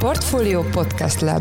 Portfolio Podcast Lab.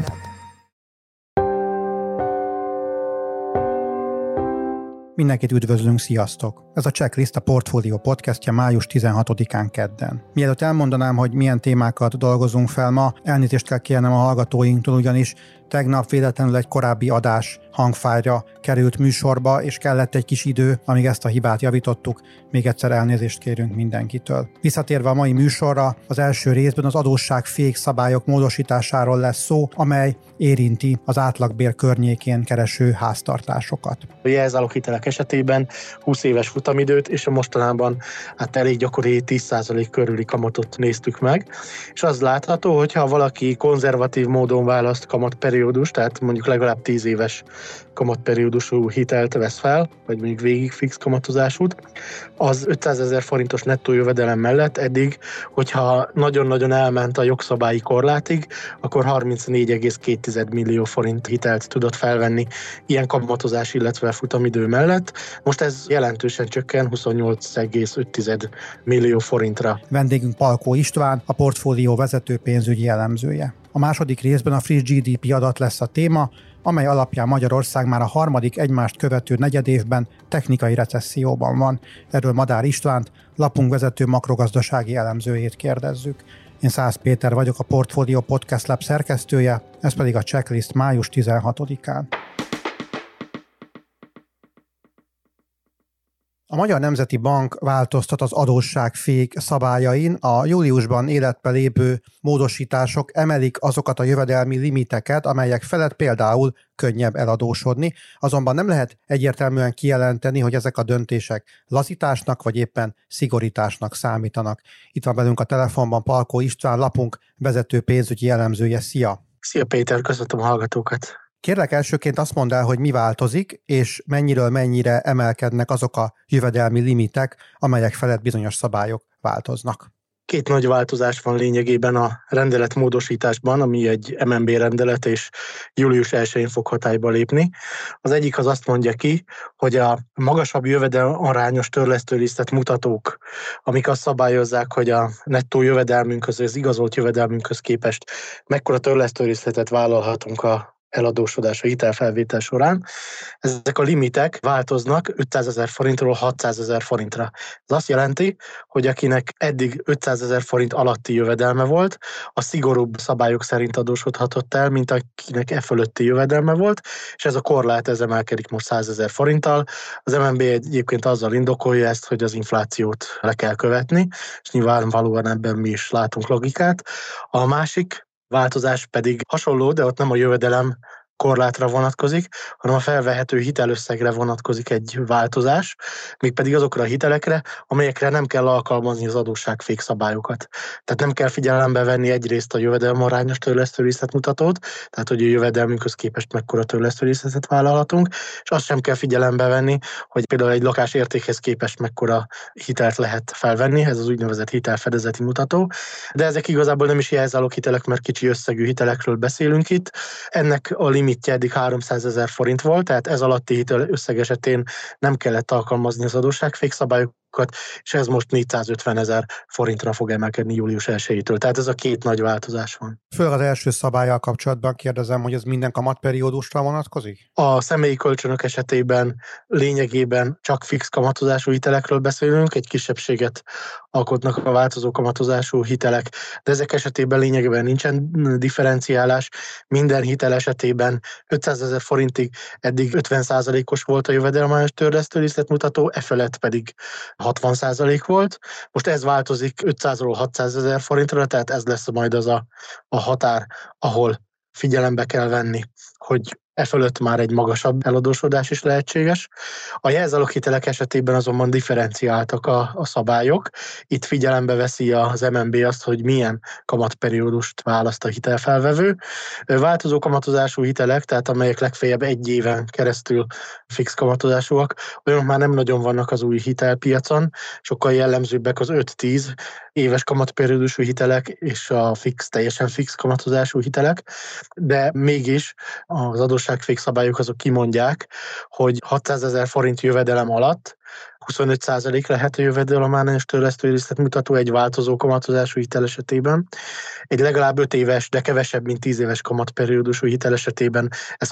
Mindenkit üdvözlünk, sziasztok! Ez a Checklist a Portfolio podcastja május 16-án kedden. Mielőtt elmondanám, hogy milyen témákat dolgozunk fel ma, elnézést kell kérnem a hallgatóinktól, ugyanis tegnap véletlenül egy korábbi adás hangfájlra került műsorba, és kellett egy kis idő, amíg ezt a hibát javítottuk. Még egyszer elnézést kérünk mindenkitől. Visszatérve a mai műsorra, az első részben az adósságfék szabályok módosításáról lesz szó, amely érinti az átlagbér környékén kereső háztartásokat. A jelzáloghitelek esetében 20 éves futamidőt, és a mostanában elég gyakori 10% körüli kamatot néztük meg. És az látható, hogyha valaki konzervatív módon választ kamatperiódust, tehát mondjuk legalább 10 éves kamatperiódusú hitelt vesz fel, vagy mondjuk végig fix kamatozásút, az 500 000 forintos nettó jövedelem mellett eddig, hogyha nagyon-nagyon elment a jogszabályi korlátig, akkor 34,2 millió forint hitelt tudott felvenni ilyen kamatozás, illetve futamidő mellett. Most ez jelentősen csökken 28,5 millió forintra. Vendégünk Palkó István, a portfólió vezető pénzügyi elemzője. A második részben a friss GDP adat lesz a téma, amely alapján Magyarország már a harmadik egymást követő negyedévben technikai recesszióban van. Erről Madár Istvánt, lapunk vezető makrogazdasági elemzőjét kérdezzük. Én Szász Péter vagyok, a Portfolio Podcast Lab szerkesztője, ez pedig a Checklist május 16-án. A Magyar Nemzeti Bank változtat az adósságfék szabályain. A júliusban életbe lépő módosítások emelik azokat a jövedelmi limiteket, amelyek felett például könnyebb eladósodni, azonban nem lehet egyértelműen kijelenteni, hogy ezek a döntések lazításnak vagy éppen szigorításnak számítanak. Itt van velünk a telefonban Palkó István, lapunk vezető pénzügyi elemzője. Szia! Szia Péter, köszöntöm a hallgatókat! Kérlek elsőként azt mondd el, hogy mi változik, és mennyiről mennyire emelkednek azok a jövedelmi limitek, amelyek felett bizonyos szabályok változnak. Két nagy változás van lényegében a rendelet módosításban, ami egy MNB rendelet, és július 1-én fog hatályba lépni. Az egyik az azt mondja ki, hogy a magasabb jövedelem arányos törlesztőlisztet mutatók, amik azt szabályozzák, hogy a nettó jövedelmünkhöz, az igazolt jövedelmünkhöz képest mekkora törlesztőlisztet vállalhatunk a eladósodás, a hitelfelvétel során. Ezek a limitek változnak 500 000 forintról 600 000 forintra. Ez azt jelenti, hogy akinek eddig 500 000 forint alatti jövedelme volt, a szigorúbb szabályok szerint adósodhatott el, mint akinek e fölötti jövedelme volt, és ez a korlát ez emelkedik most 100 000 forinttal. Az MNB egyébként azzal indokolja ezt, hogy az inflációt le kell követni, és nyilvánvalóan ebben mi is látunk logikát. A másik változás pedig hasonló, de ott nem a jövedelem korlátra vonatkozik, hanem a felvehető hitelösszegre vonatkozik egy változás, mégpedig azokra a hitelekre, amelyekre nem kell alkalmazni az adósságfék szabályokat. Tehát nem kell figyelembe venni egyrészt a jövedelmarányos törlesztőlisztet mutatót, tehát hogy a jövedelmünkhöz képest mekkora törlesztőlisztet vállalhatunk, és azt sem kell figyelembe venni, hogy például egy lakás értékhez képest mekkora hitelt lehet felvenni, ez az úgynevezett hitelfedezeti mutató, de ezek igazából nem is jelzáloghitelek, mert kicsi összegű hitelekről beszélünk itt. Ennek a limitje eddig 300 000 forint volt, tehát ez alatti hitel összeg esetén nem kellett alkalmazni az adósságfék szabályokat, és ez most 450 000 forintra fog emelkedni július 1-től. Tehát ez a két nagy változás van. Főleg az első szabállyal kapcsolatban kérdezem, hogy ez minden kamatperiódusra vonatkozik? A személyi kölcsönök esetében lényegében csak fix kamatozású hitelekről beszélünk, egy kisebbséget alkotnak a változó kamatozású hitelek, de ezek esetében lényegében nincsen differenciálás. Minden hitel esetében 500 000 forintig eddig 50%-os volt a jövedelmányos törlesztőlisztet mutató, e felett pedig 60% volt. Most ez változik 500-ról 600 000 forintra, tehát ez lesz majd az a határ, ahol figyelembe kell venni, hogy e fölött már egy magasabb eladósodás is lehetséges. A jelzáloghitelek esetében azonban differenciáltak a szabályok. Itt figyelembe veszi az MNB azt, hogy milyen kamatperiódust választ a hitelfelvevő. Változó kamatozású hitelek, tehát amelyek legfeljebb egy éven keresztül fix kamatozásúak, olyanok már nem nagyon vannak az új hitelpiacon, sokkal jellemzőbbek az 5-10 éves kamatperiódusú hitelek és a teljesen fix kamatozású hitelek, de mégis az adósságfék szabályok azok kimondják, hogy 600 000 forint jövedelem alatt 25% lehet a jövedelemarányos törlesztői részletmutató egy változó kamatozású hitel esetében. Egy legalább 5 éves, de kevesebb, mint 10 éves kamatperiódusú hitel esetében ez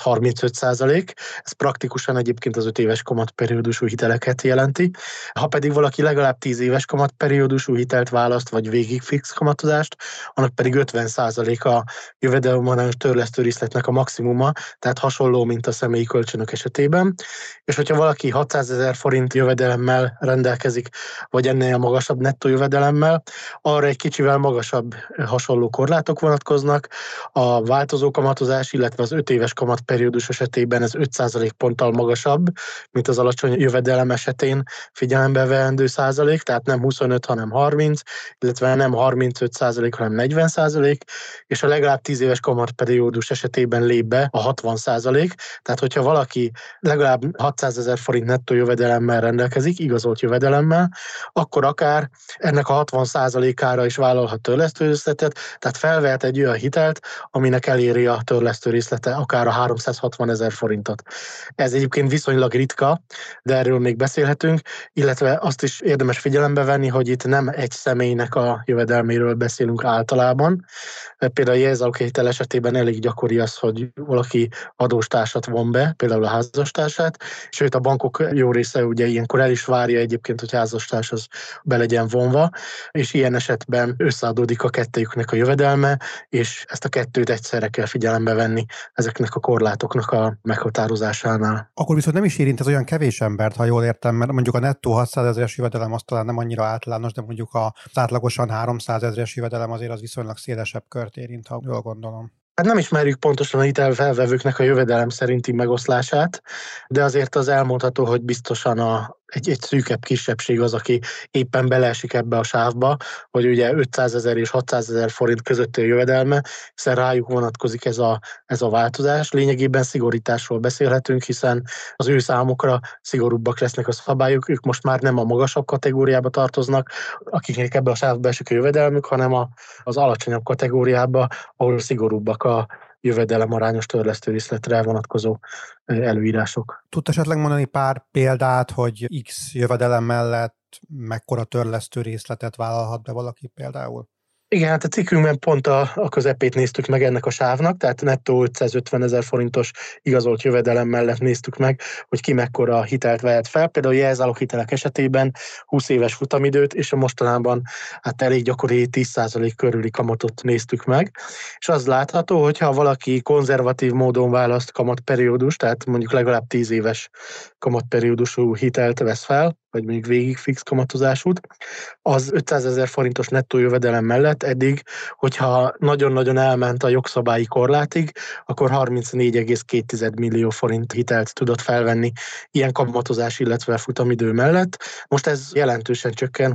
35%. Ez praktikusan egyébként az 5 éves kamatperiódusú hiteleket jelenti. Ha pedig valaki legalább 10 éves kamatperiódusú hitelt választ, vagy végig fix kamatozást, annak pedig 50% a jövedelemarányos törlesztő részletnek a maximuma, tehát hasonló, mint a személyi kölcsönök esetében. És hogyha valaki 600 000 forint jövedelemmel rendelkezik, vagy ennél magasabb nettó jövedelemmel, arra egy kicsivel magasabb hasonló korlátok vonatkoznak. A változó kamatozás, illetve az 5 éves kamatperiódus esetében ez 5% ponttal magasabb, mint az alacsony jövedelem esetén figyelembe veendő százalék, tehát nem 25, hanem 30, illetve nem 35%, hanem 40%, és a legalább 10 éves kamatperiódus esetében lép be a 60%, tehát hogyha valaki legalább 600 000 forint nettó jövedelemmel rendelkezik, igazolt jövedelemmel, akkor akár ennek a 60%-ára is vállalhat törlesztő részletet, tehát felvehet egy olyan hitelt, aminek eléri a törlesztő részlete akár a 360 000 forintot. Ez egyébként viszonylag ritka, de erről még beszélhetünk, illetve azt is érdemes figyelembe venni, hogy itt nem egy személynek a jövedelméről beszélünk általában. Például a jelzáloghitel esetében elég gyakori az, hogy valaki adóstársat von be, például a házastársát, sőt a bankok jó része ugye ilyenkor el is várja egyébként, hogy házastárs az be legyen vonva, és ilyen esetben összeadódik a kettőjüknek a jövedelme, és ezt a kettőt egyszerre kell figyelembe venni ezeknek a korlátoknak a meghatározásánál. Akkor viszont nem is érint ez olyan kevés embert, ha jól értem, mert mondjuk a nettó 600 000-es jövedelem az talán nem annyira általános, de mondjuk az átlagosan 300 000-es jövedelem azért az viszonylag szélesebb kört érint, ha jól gondolom. Hát nem ismerjük pontosan a hitelfelvevőknek a jövedelem szerinti megoszlását, de azért az elmondható, hogy biztosan egy szűkebb kisebbség az, aki éppen beleesik ebbe a sávba, hogy ugye 500 000 és 600 000 forint közötti a jövedelme, hiszen rájuk vonatkozik ez a változás. Lényegében szigorításról beszélhetünk, hiszen az ő számukra szigorúbbak lesznek a szabályok, ők most már nem a magasabb kategóriába tartoznak, akiknek ebbe a sávba esik a jövedelmük, hanem az alacsonyabb kategóriába, ahol szigorúbbak a jövedelemarányos törlesztő részletre vonatkozó előírások. Tud esetleg mondani pár példát, hogy X jövedelem mellett mekkora törlesztő részletet vállalhat be valaki például? Igen, hát a cikkünkben pont a közepét néztük meg ennek a sávnak, tehát nettó 550 000 forintos igazolt jövedelem mellett néztük meg, hogy ki mekkora hitelt vehet fel. Például a jelzáloghitelek esetében 20 éves futamidőt, és a mostanában hát elég gyakori 10% körüli kamatot néztük meg. És az látható, hogyha valaki konzervatív módon választ kamatperiódus, tehát mondjuk legalább 10 éves kamatperiódusú hitelt vesz fel, vagy mondjuk végig fix kamatozásút, az 500 000 forintos nettó jövedelem mellett eddig, hogyha nagyon-nagyon elment a jogszabályi korlátig, akkor 34,2 millió forint hitelt tudott felvenni ilyen kamatozás, illetve futamidő mellett. Most ez jelentősen csökken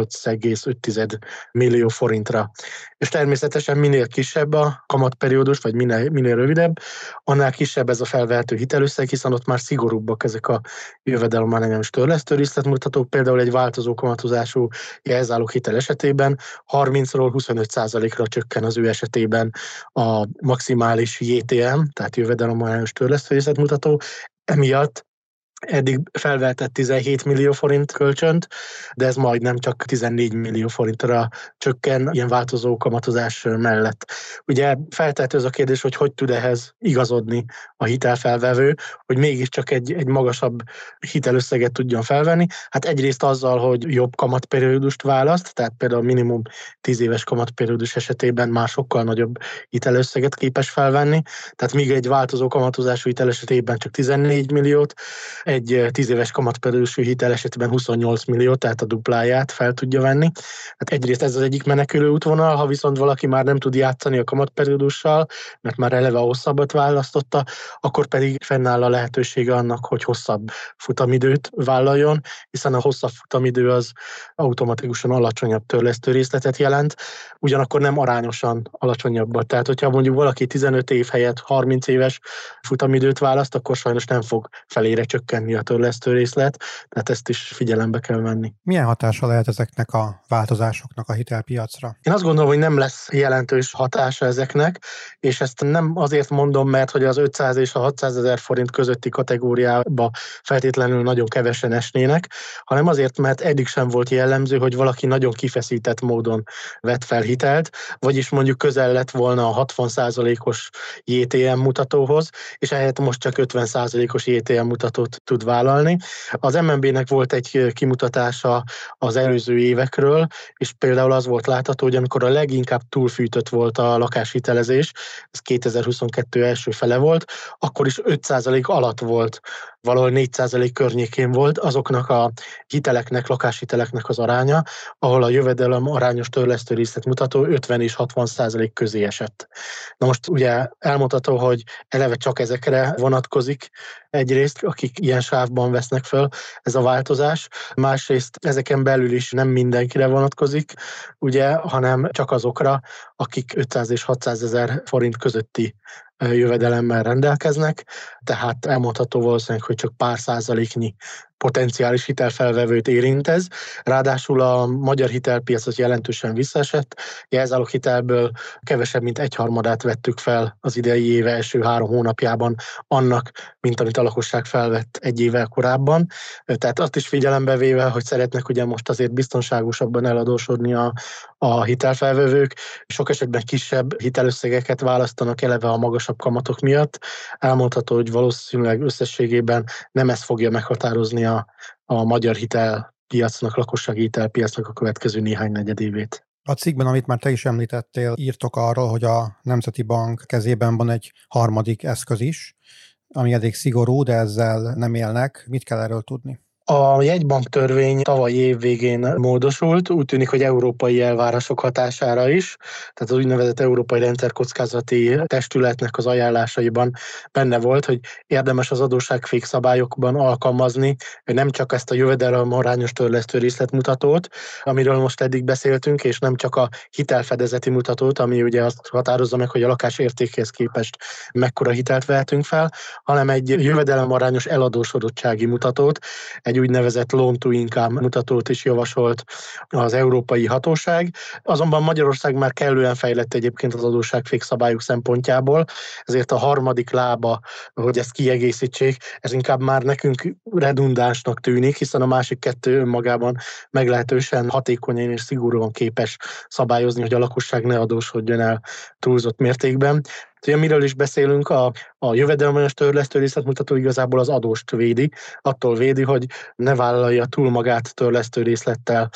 28,5 millió forintra. És természetesen minél kisebb a kamatperiódus, vagy minél rövidebb, annál kisebb ez a felvehető hitelösszeg, hiszen ott már szigorúbbak ezek a jövedelemarányos törlesztő részletmutatók, például egy változó kamatozású jelzáloghitel esetében 30-ról 25%-ra csökken az ő esetében a maximális JTM, tehát jövedelemarányos törlesztő részletmutató. Emiatt eddig felvehetett 17 millió forint kölcsönt, de ez majdnem csak 14 millió forintra csökken ilyen változó kamatozás mellett. Ugye feltehető az a kérdés, hogy tud ehhez igazodni a hitelfelvevő, hogy mégiscsak egy magasabb hitelösszeget tudjon felvenni. Hát egyrészt azzal, hogy jobb kamatperiódust választ, tehát például minimum 10 éves kamatperiódus esetében már sokkal nagyobb hitelösszeget képes felvenni, tehát míg egy változó kamatozású hitel esetében csak 14 milliót, egy 10 éves kamatperiódusú hitel esetében 28 millió, tehát a dupláját fel tudja venni. Hát egyrészt ez az egyik menekülő útvonal, ha viszont valaki már nem tud játszani a kamatperiódussal, mert már eleve hosszabbat választotta, akkor pedig fennáll a lehetősége annak, hogy hosszabb futamidőt vállaljon, hiszen a hosszabb futamidő az automatikusan alacsonyabb törlesztő részletet jelent, ugyanakkor nem arányosan alacsonyabbat. Tehát, hogyha mondjuk valaki 15 év helyett 30 éves futamidőt választ, akkor sajnos nem fog felére csökkenni csökkenni a törlesztő részlet, tehát ezt is figyelembe kell venni. Milyen hatása lehet ezeknek a változásoknak a hitelpiacra? Én azt gondolom, hogy nem lesz jelentős hatása ezeknek, és ezt nem azért mondom, mert hogy az 500 és a 600 ezer forint közötti kategóriába feltétlenül nagyon kevesen esnének, hanem azért, mert eddig sem volt jellemző, hogy valaki nagyon kifeszített módon vett fel hitelt, vagyis mondjuk közel lett volna a 60%-os JTM mutatóhoz, és ehelyett most csak 50%-os JTM mutatót tud vállalni. Az MNB-nek volt egy kimutatása az előző évekről, és például az volt látható, hogy amikor a leginkább túlfűtött volt a lakáshitelezés, ez 2022 első fele volt, akkor is 5% alatt volt, valahol 4% környékén volt azoknak a hiteleknek, lakáshiteleknek az aránya, ahol a jövedelem arányos törlesztő részlet mutató 50 és 60% közé esett. Na most ugye elmondható, hogy eleve csak ezekre vonatkozik egyrészt, akik ilyen sávban vesznek föl ez a változás, másrészt ezeken belül is nem mindenkire vonatkozik, ugye, hanem csak azokra, akik 500 és 600 ezer forint közötti jövedelemmel rendelkeznek, tehát elmondható valószínűleg, hogy csak pár százaléknyi potenciális hitelfelvevőt érint ez. Ráadásul a magyar hitelpiac az jelentősen visszaesett. Jelzálog hitelből kevesebb, mint 1/3 vettük fel az idei éve első 3 hónapjában annak, mint amit a lakosság felvett egy évvel korábban. Tehát azt is figyelembe véve, hogy szeretnek ugye most azért biztonságosabban eladósodni a hitelfelvevők, sok esetben kisebb hitelösszegeket választanak eleve a magasabb kamatok miatt. Elmondható, hogy valószínűleg összességében nem ez fogja meghatározni a magyar hitelpiacnak, lakossági hitelpiacnak a következő néhány negyedévét. A cikkben, amit már te is említettél, írtok arról, hogy a Nemzeti Bank kezében van egy harmadik eszköz is, ami elég szigorú, de ezzel nem élnek. Mit kell erről tudni? A jegybanktörvény tavalyi év végén módosult, úgy tűnik, hogy európai elvárások hatására is, tehát az úgynevezett Európai Rendszerkockázati Testületnek az ajánlásaiban benne volt, hogy érdemes az adósságfékszabályokban alkalmazni nem csak ezt a jövedelem arányos törlesztő részletmutatót, amiről most eddig beszéltünk, és nem csak a hitelfedezeti mutatót, ami ugye azt határozza meg, hogy a lakás értékéhez képest mekkora hitelt vehetünk fel, hanem egy jövedelem arányos eladósodottsági mutatót, egy úgynevezett loan to income mutatót is javasolt az európai hatóság. Azonban Magyarország már kellően fejlett egyébként az adósságfékszabályok szempontjából, ezért a harmadik lába, hogy ezt kiegészítsék, ez inkább már nekünk redundánsnak tűnik, hiszen a másik kettő önmagában meglehetősen hatékonyan és szigorúan képes szabályozni, hogy a lakosság ne adósodjon el túlzott mértékben. Ugye miről is beszélünk, a jövedelmes törlesztő részletmutató igazából az adóst védi, attól védi, hogy ne vállalja túl magát törlesztő részlettel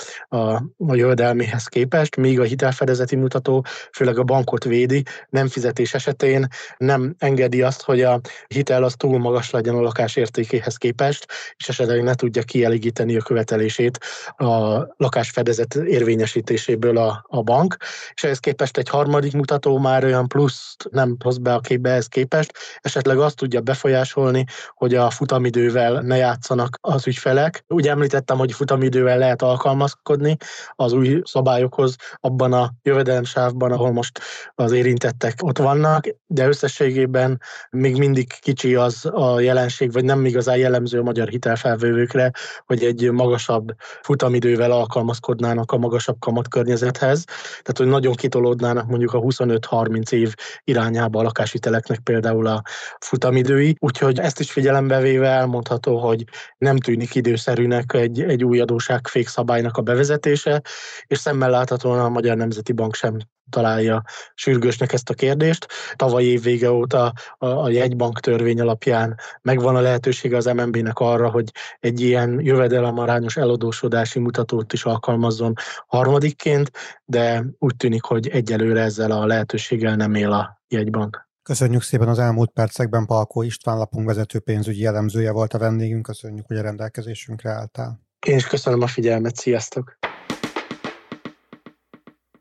a jövedelméhez képest, míg a hitelfedezeti mutató főleg a bankot védi, nem fizetés esetén nem engedi azt, hogy a hitel az túl magas legyen a lakás értékéhez képest, és esetleg ne tudja kielégíteni a követelését a lakásfedezet érvényesítéséből a bank, és ehhez képest egy harmadik mutató már olyan pluszt nem hoz be a képbe ehhez képest, esetleg azt tudja befolyásolni, hogy a futamidővel ne játszanak az ügyfelek. Ugye említettem, hogy futamidővel lehet alkalmazkodni az új szabályokhoz abban a jövedelemsávban, ahol most az érintettek ott vannak, de összességében még mindig kicsi az a jelenség, vagy nem igazán jellemző a magyar hitelfelvevőkre, hogy egy magasabb futamidővel alkalmazkodnának a magasabb kamatkörnyezethez. Tehát, hogy nagyon kitolódnának mondjuk a 25-30 év irányába a lakáshiteleknek például a futamidői. Úgyhogy ezt is figyelembe véve elmondható, hogy nem tűnik időszerűnek egy új adósságfékszabálynak a bevezetése, és szemmel láthatóan a Magyar Nemzeti Bank sem találja sürgősnek ezt a kérdést. Tavaly év vége óta a jegybank törvény alapján megvan a lehetősége az MNB-nek arra, hogy egy ilyen jövedelemarányos eladósodási mutatót is alkalmazzon harmadikként, de úgy tűnik, hogy egyelőre ezzel a lehetőséggel nem él a jegybank. Köszönjük szépen, az elmúlt percekben Palkó István, lapunk vezető pénzügyi elemzője volt a vendégünk. Köszönjük, hogy a rendelkezésünkre álltál. Én is köszönöm a figyelmet, sziasztok!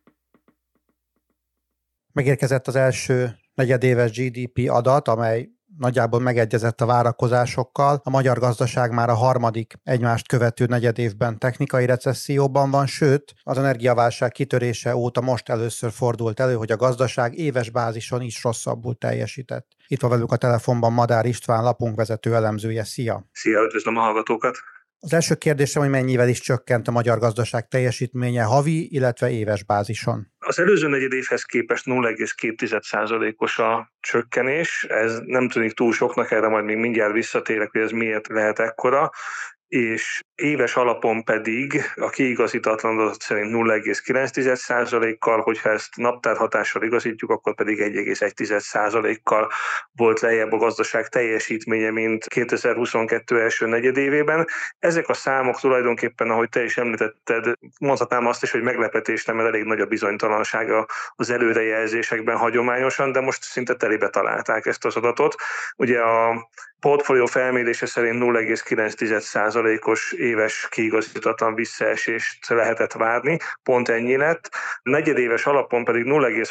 Megérkezett az első negyedéves GDP adat, amely nagyjából megegyezett a várakozásokkal. A magyar gazdaság már a harmadik egymást követő negyedévben technikai recesszióban van, sőt, az energiaválság kitörése óta most először fordult elő, hogy a gazdaság éves bázison is rosszabbul teljesített. Itt van velünk a telefonban Madár István, lapunkvezető elemzője. Szia! Szia, üdvözlöm a hallgatókat! Az első kérdésem, hogy mennyivel is csökkent a magyar gazdaság teljesítménye havi, illetve éves bázison? Az előző negyedévhez képest 0,2%-os a csökkenés. Ez nem tűnik túl soknak, erre majd még mindjárt visszatérek, hogy ez miért lehet ekkora. És éves alapon pedig a kiigazítatlan adat szerint 0,9%-kal, hogyha ezt naptárhatással igazítjuk, akkor pedig 1,1%-kal volt lejjebb a gazdaság teljesítménye, mint 2022 első negyedévében. Ezek a számok tulajdonképpen, ahogy te is említetted, mondhatnám azt is, hogy meglepetés, nem, elég nagy a bizonytalansága az előrejelzésekben hagyományosan, de most szinte telébe találták ezt az adatot. Ugye a portfólió felmérése szerint 0,9%-os éves kiigazítatlan visszaesést lehetett várni, pont ennyi lett. Negyedéves alapon pedig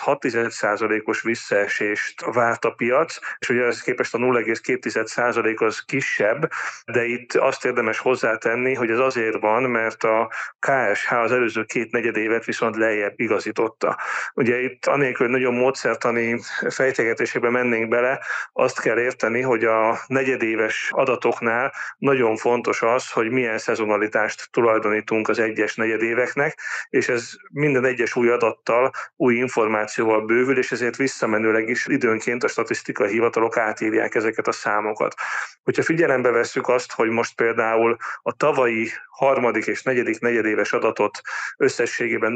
0,6%-os visszaesést várt a piac, és ugye ez képest a 0,2% az kisebb, de itt azt érdemes hozzátenni, hogy ez azért van, mert a KSH az előző két negyedévet viszont lejjebb igazította. Ugye itt anélkül, hogy nagyon módszertani fejtegetésébe mennénk bele, azt kell érteni, hogy a negyedéves adatoknál nagyon fontos az, hogy milyen szezonalitást tulajdonítunk az egyes negyedéveknek, és ez minden egyes új adattal, új információval bővül, és ezért visszamenőleg is időnként a statisztikai hivatalok átírják ezeket a számokat. Hogyha figyelembe vesszük azt, hogy most például a tavalyi harmadik és negyedik negyedéves adatot összességében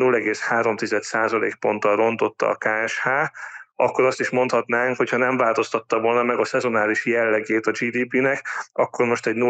0,3% ponttal rontotta a KSH, akkor azt is mondhatnánk, hogy ha nem változtatta volna meg a szezonális jellegét a GDP-nek, akkor most egy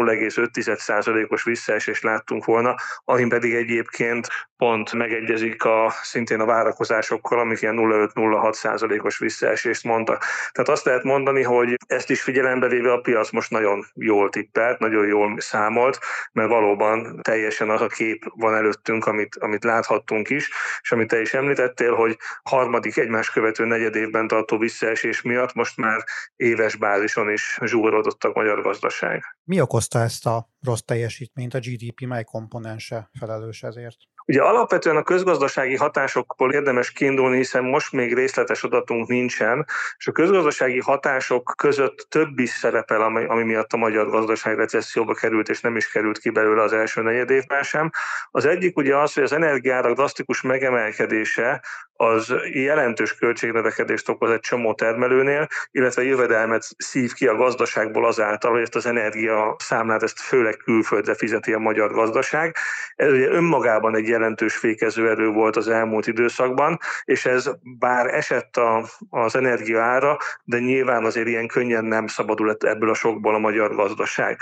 0,5%-os visszaesést láttunk volna, ami pedig egyébként pont megegyezik szintén a várakozásokkal, amik ilyen 0,5-0,6%-os visszaesést mondtak. Tehát azt lehet mondani, hogy ezt is figyelembe véve a piac most nagyon jól tippelt, nagyon jól számolt, mert valóban teljesen az a kép van előttünk, amit láthattunk is, és amit te is említettél, hogy harmadik egymás követő negyedévben tartó visszaesés miatt most már éves bázison is zsugorodott a magyar gazdaság. Mi okozta ezt a rossz teljesítményt? A GDP mely komponense felelős ezért? Ugye alapvetően a közgazdasági hatásokból érdemes kiindulni, hiszen most még részletes adatunk nincsen, és a közgazdasági hatások között több is szerepel, ami miatt a magyar gazdaság recesszióba került, és nem is került ki belőle az első negyedévben sem. Az egyik ugye az, hogy az energiárak drasztikus megemelkedése az jelentős költségnövekedést okoz egy csomó termelőnél, illetve jövedelmet szív ki a gazdaságból azáltal, hogy ezt az energiaszámlát, ezt főleg külföldre fizeti a magyar gazdaság. Ez ugye önmagában egy jelentős fékező erő volt az elmúlt időszakban, és ez bár esett az energia ára, de nyilván azért ilyen könnyen nem szabadul ebből a sokból a magyar gazdaság.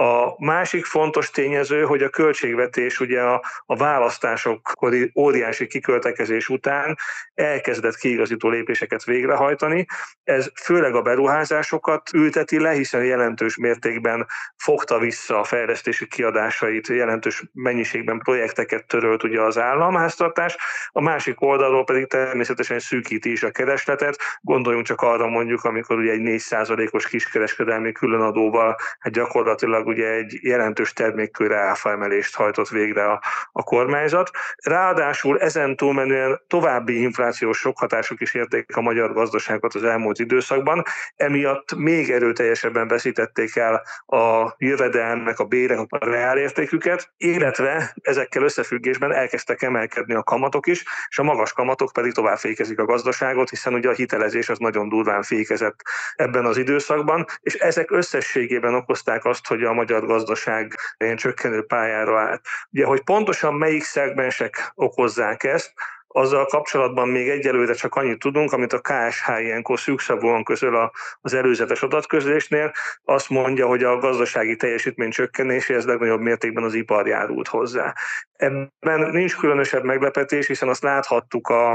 A másik fontos tényező, hogy a költségvetés ugye a választásokkori óriási kiköltekezés után elkezdett kiigazító lépéseket végrehajtani. Ez főleg a beruházásokat ülteti le, hiszen jelentős mértékben fogta vissza a fejlesztési kiadásait, jelentős mennyiségben projekteket törölt ugye az államháztartás, a másik oldalról pedig természetesen szűkíti is a keresletet. Gondoljunk csak arra mondjuk, amikor ugye egy 4%-os kiskereskedelmi különadóval gyakorlatilag ugye egy jelentős termékkörre áfaemelést hajtott végre a kormányzat. Ráadásul ezen túlmenően további inflációs sokhatások is érték a magyar gazdaságot az elmúlt időszakban, emiatt még erőteljesebben veszítették el a jövedelmek, a bérek, a reálértéküket, illetve ezekkel összefüggésben elkezdtek emelkedni a kamatok is, és a magas kamatok pedig tovább fékezik a gazdaságot, hiszen ugye a hitelezés az nagyon durván fékezett ebben az időszakban, és ezek összességében okozták azt, hogy a magyar gazdaság ilyen csökkenő pályára állt. Ugye, hogy pontosan melyik szegmensek okozzák ezt, azzal kapcsolatban még egyelőre csak annyit tudunk, amit a KSH ilyenkor szűkszavúan közöl az előzetes adatközlésnél, azt mondja, hogy a gazdasági teljesítmény csökkenéséhez legnagyobb mértékben az ipar járult hozzá. Ebben nincs különösebb meglepetés, hiszen azt láthattuk a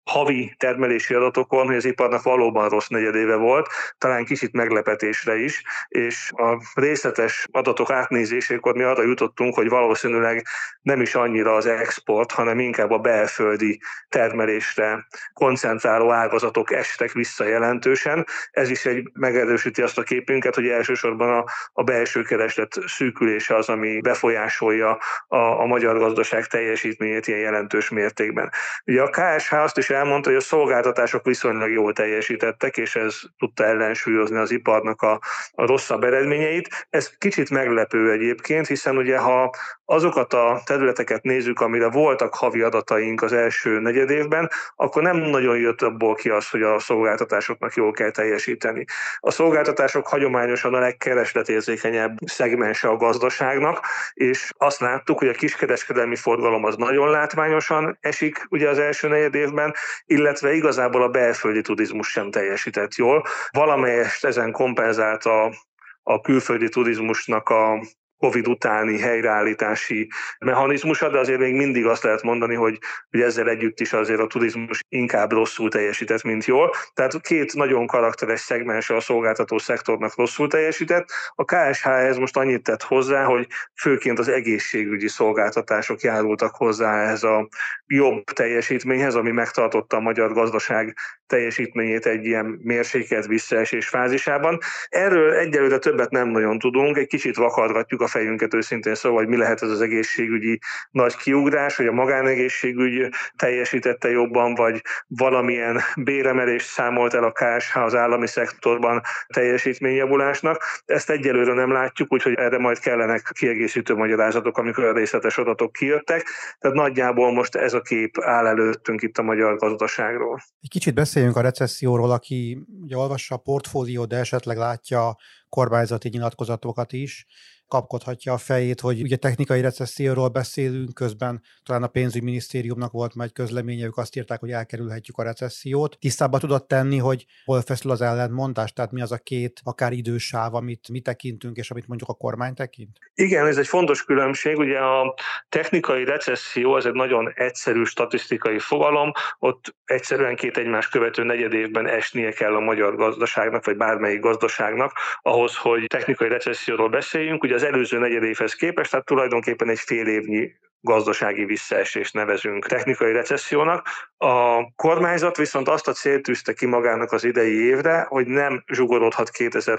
havi termelési adatokon, hogy az iparnak valóban rossz negyedéve volt, talán kicsit meglepetésre is, és a részletes adatok átnézésékor mi arra jutottunk, hogy valószínűleg nem is annyira az export, hanem inkább a belföldi termelésre koncentráló ágazatok estek vissza jelentősen. Ez is megerősíti azt a képünket, hogy elsősorban a belső kereslet szűkülése az, ami befolyásolja a magyar gazdaság teljesítményét ilyen jelentős mértékben. Ugye a KSH azt is elmondta, hogy a szolgáltatások viszonylag jól teljesítettek, és ez tudta ellensúlyozni az iparnak a rosszabb eredményeit. Ez kicsit meglepő egyébként, hiszen ugye ha azokat a területeket nézzük, amire voltak havi adataink az első negyedévben, akkor nem nagyon jött abból ki az, hogy a szolgáltatásoknak jól kell teljesíteni. A szolgáltatások hagyományosan a legkeresletérzékenyebb szegmense a gazdaságnak, és azt láttuk, hogy a kiskereskedelmi forgalom az nagyon látványosan esik ugye az első negyedévben, illetve igazából a belföldi turizmus sem teljesített jól. Valamelyest ezen kompenzálta a külföldi turizmusnak a Covid utáni helyreállítási mechanizmusa, de azért még mindig azt lehet mondani, hogy ezzel együtt is azért a turizmus inkább rosszul teljesített, mint jól. Tehát két nagyon karakteres szegmense a szolgáltató szektornak rosszul teljesített. A KSH ez most annyit tett hozzá, hogy főként az egészségügyi szolgáltatások járultak hozzá ehhez a jobb teljesítményhez, ami megtartotta a magyar gazdaság teljesítményét egy ilyen mérsékelt visszaesés fázisában. Erről egyelőre többet nem nagyon tudunk, egy kicsit vakargatjuk a fejünket őszintén szóval, hogy mi lehet ez az egészségügyi nagy kiugrás, hogy a magánegészségügy teljesítette jobban, vagy valamilyen béremelést számolt el a KSH az állami szektorban teljesítményjavulásnak. Ezt egyelőre nem látjuk, úgyhogy erre majd kellenek kiegészítő magyarázatok, amikor a részletes adatok kijöttek. Tehát nagyjából most ez a kép áll előttünk itt a magyar gazdaságról. Egy kicsit beszéljünk a recesszióról, aki ugye olvassa a portfóliót, de esetleg látja a kormányzati nyilatkozatokat is, kapkodhatja a fejét, hogy ugye technikai recesszióról beszélünk, közben talán a pénzügyminisztériumnak volt majd közleménye, ők azt írták, hogy elkerülhetjük a recessziót. Tisztába tudod tenni, hogy hol feszül az ellentmondás, tehát mi az a két akár idősáv, amit mi tekintünk, és amit mondjuk a kormány tekint? Igen, ez egy fontos különbség. Ugye a technikai recesszió az egy nagyon egyszerű statisztikai fogalom, ott egyszerűen két egymást követő negyedévben esnie kell a magyar gazdaságnak, vagy bármelyik gazdaságnak, ahhoz, hogy technikai recesszióról beszéljünk. Ugye az előző negyedévhez képest, tehát tulajdonképpen egy fél évnyi gazdasági visszaesést nevezünk technikai recessziónak. A kormányzat viszont azt a célt tűzte ki magának az idei évre, hogy nem zsugorodhat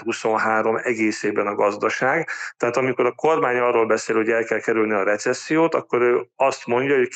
2023 egészében a gazdaság. Tehát amikor a kormány arról beszél, hogy el kell kerülni a recessziót, akkor ő azt mondja, hogy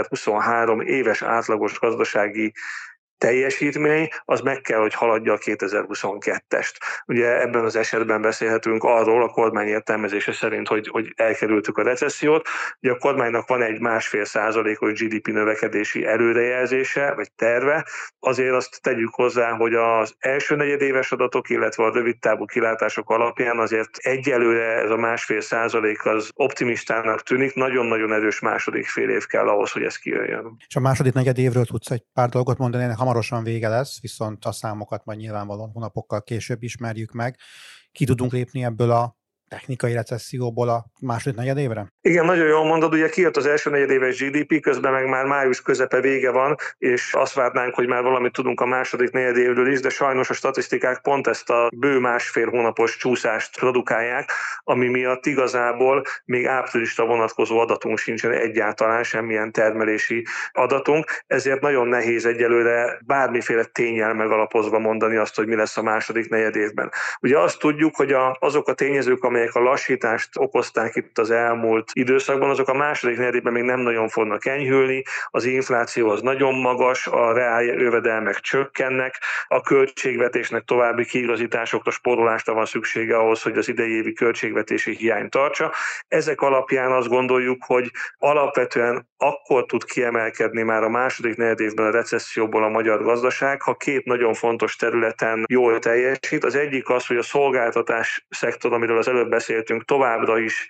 2023 éves átlagos gazdasági teljesítmény, az meg kell, hogy haladja a 2022-est. Ugye ebben az esetben beszélhetünk arról a kormány értelmezése szerint, hogy elkerültük a recessziót. Ugye a kormánynak van egy 1,5%-os GDP növekedési előrejelzése, vagy terve. Azért azt tegyük hozzá, hogy az első negyedéves adatok, illetve a rövidtávú kilátások alapján azért egyelőre ez a 1,5% az optimistának tűnik, nagyon-nagyon erős második fél év kell ahhoz, hogy ez kijöjjön. És a második negyedévről tudsz egy pár dolgot mondani, hamarosan vége lesz, viszont a számokat majd nyilvánvalóan hónapokkal később ismerjük meg. Ki tudunk lépni ebből a technikai recesszióból a második negyedévre? Igen, nagyon jól mondod, ugye kijött az első negyedéves GDP, közben meg már május közepe vége van, és azt várnánk, hogy már valamit tudunk a második negyedévről is, de sajnos a statisztikák pont ezt a bő másfél hónapos csúszást produkálják, ami miatt igazából még áprilisra vonatkozó adatunk sincsen egyáltalán, semmilyen termelési adatunk, ezért nagyon nehéz egyelőre bármiféle ténnyel megalapozva mondani azt, hogy mi lesz a második negyedévben. Ugye azt tudjuk, hogy azok a tényezők, amelyek a lassítást okozták itt az elmúlt időszakban, azok a második negyedében még nem nagyon fognak enyhülni, az infláció az nagyon magas, a reál jövedelmek csökkennek, a költségvetésnek további kiigazításokra, spórolásra van szüksége ahhoz, hogy az idei évi költségvetési hiányt tartsa. Ezek alapján azt gondoljuk, hogy alapvetően akkor tud kiemelkedni már a második negyedévben a recesszióból a magyar gazdaság, ha két nagyon fontos területen jól teljesít. Az egyik az, hogy a szolgáltatás szektor, amiről az előbb beszéltünk, továbbra is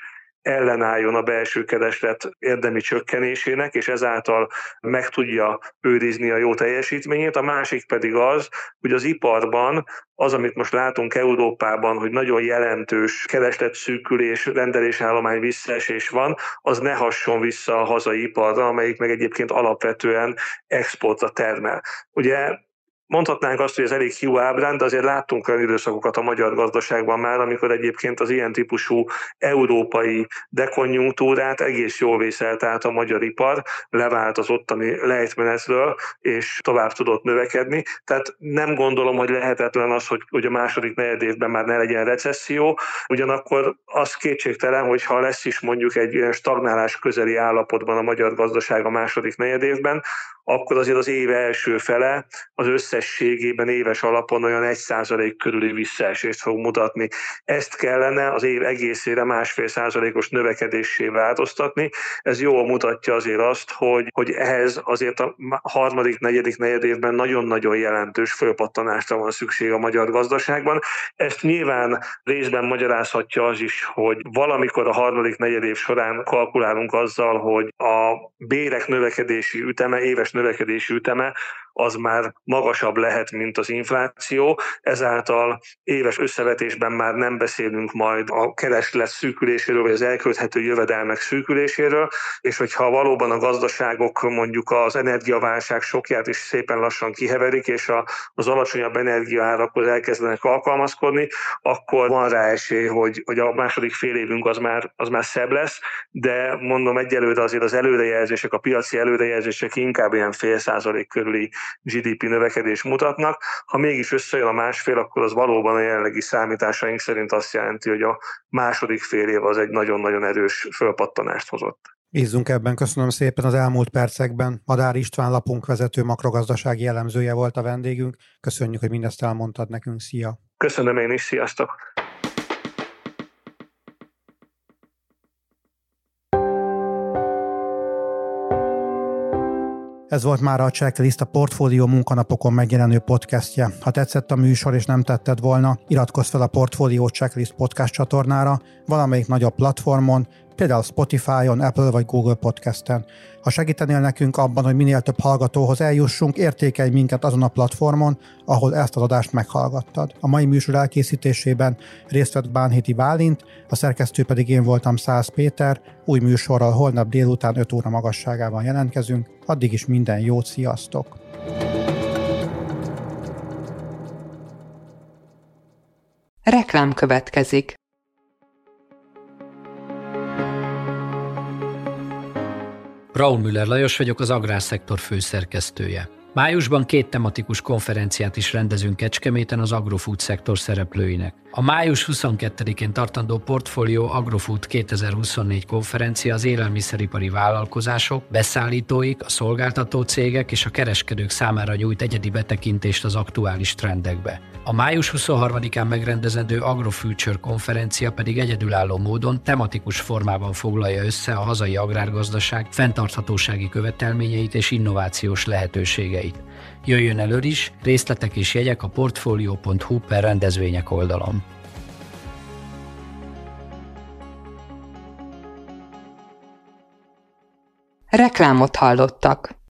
ellenálljon a belső kereslet érdemi csökkenésének, és ezáltal meg tudja őrizni a jó teljesítményét. A másik pedig az, hogy az iparban az, amit most látunk Európában, hogy nagyon jelentős keresletszűkülés, rendelésállomány visszaesés van, az ne hasson vissza a hazai iparra, amelyik meg egyébként alapvetően exportra termel. Ugye mondhatnánk azt, hogy ez elég hiú ábrán, de azért láttunk olyan időszakokat a magyar gazdaságban már, amikor egyébként az ilyen típusú európai dekonjunktúrát egész jól vészelt át a magyar ipar, levált az ottani lejtmenetről, és tovább tudott növekedni. Tehát nem gondolom, hogy lehetetlen az, hogy a második negyedévben már ne legyen recesszió, ugyanakkor az kétségtelen, hogy ha lesz is mondjuk egy ilyen stagnálás közeli állapotban a magyar gazdaság a második negyedévben, akkor azért az év első fele az összességében éves alapon olyan 1% körüli visszaesést fog mutatni. Ezt kellene az év egészére 1,5%-os növekedéssé változtatni. Ez jól mutatja azért azt, hogy ehhez azért a harmadik, negyedik negyedévben nagyon-nagyon jelentős fölpattanásra van szükség a magyar gazdaságban. Ezt nyilván részben magyarázhatja az is, hogy valamikor a harmadik negyedév során kalkulálunk azzal, hogy a bérek növekedési üteme, éves növekedési üteme az már magasabb lehet, mint az infláció, ezáltal éves összevetésben már nem beszélünk majd a kereslet szűküléséről, vagy az elkölthető jövedelmek szűküléséről, és hogyha valóban a gazdaságok mondjuk az energiaválság sokját is szépen lassan kiheverik, és az alacsonyabb energiaárakhoz elkezdenek alkalmazkodni, akkor van rá esély, hogy a második fél évünk az már szebb lesz, de mondom egyelőre azért az előrejelzések, a piaci előrejelzések inkább ilyen 0,5% körüli GDP növekedés mutatnak. Ha mégis összejön a 1,5, akkor az valóban a jelenlegi számításaink szerint azt jelenti, hogy a második fél év az egy nagyon-nagyon erős fölpattanást hozott. Bízzunk ebben, köszönöm szépen. Az elmúlt percekben Madár István, lapunk vezető makrogazdasági elemzője volt a vendégünk. Köszönjük, hogy mindezt elmondtad nekünk. Szia! Köszönöm én is, sziasztok! Ez volt már a Checklist, a Portfólió munkanapokon megjelenő podcastje. Ha tetszett a műsor és nem tetted volna, iratkozz fel a Portfólió Checklist podcast csatornára valamelyik nagyobb platformon, például Spotify-on, Apple vagy Google Podcasten. Ha segítenél nekünk abban, hogy minél több hallgatóhoz eljussunk, értékelj minket azon a platformon, ahol ezt az adást meghallgattad. A mai műsor elkészítésében részt vett Bánhiti Bálint, a szerkesztő pedig én voltam, Szász Péter. Új műsorral holnap délután 5 óra magasságában jelentkezünk. Addig is minden jót, sziasztok! Reklám következik. Braunmüller Lajos vagyok, az Agrárszektor főszerkesztője. Májusban 2 tematikus konferenciát is rendezünk Kecskeméten az agrofood szektor szereplőinek. A május 22-én tartandó Portfolio Agrofood 2024 konferencia az élelmiszeripari vállalkozások, beszállítóik, a szolgáltató cégek és a kereskedők számára nyújt egyedi betekintést az aktuális trendekbe. A május 23-án megrendezendő Agrofuture konferencia pedig egyedülálló módon tematikus formában foglalja össze a hazai agrárgazdaság fenntarthatósági követelményeit és innovációs lehetőségeit. Jöjjön elő is, részletek és jegyek a portfolio.hu/rendezvények oldalon. Reklámot hallottak.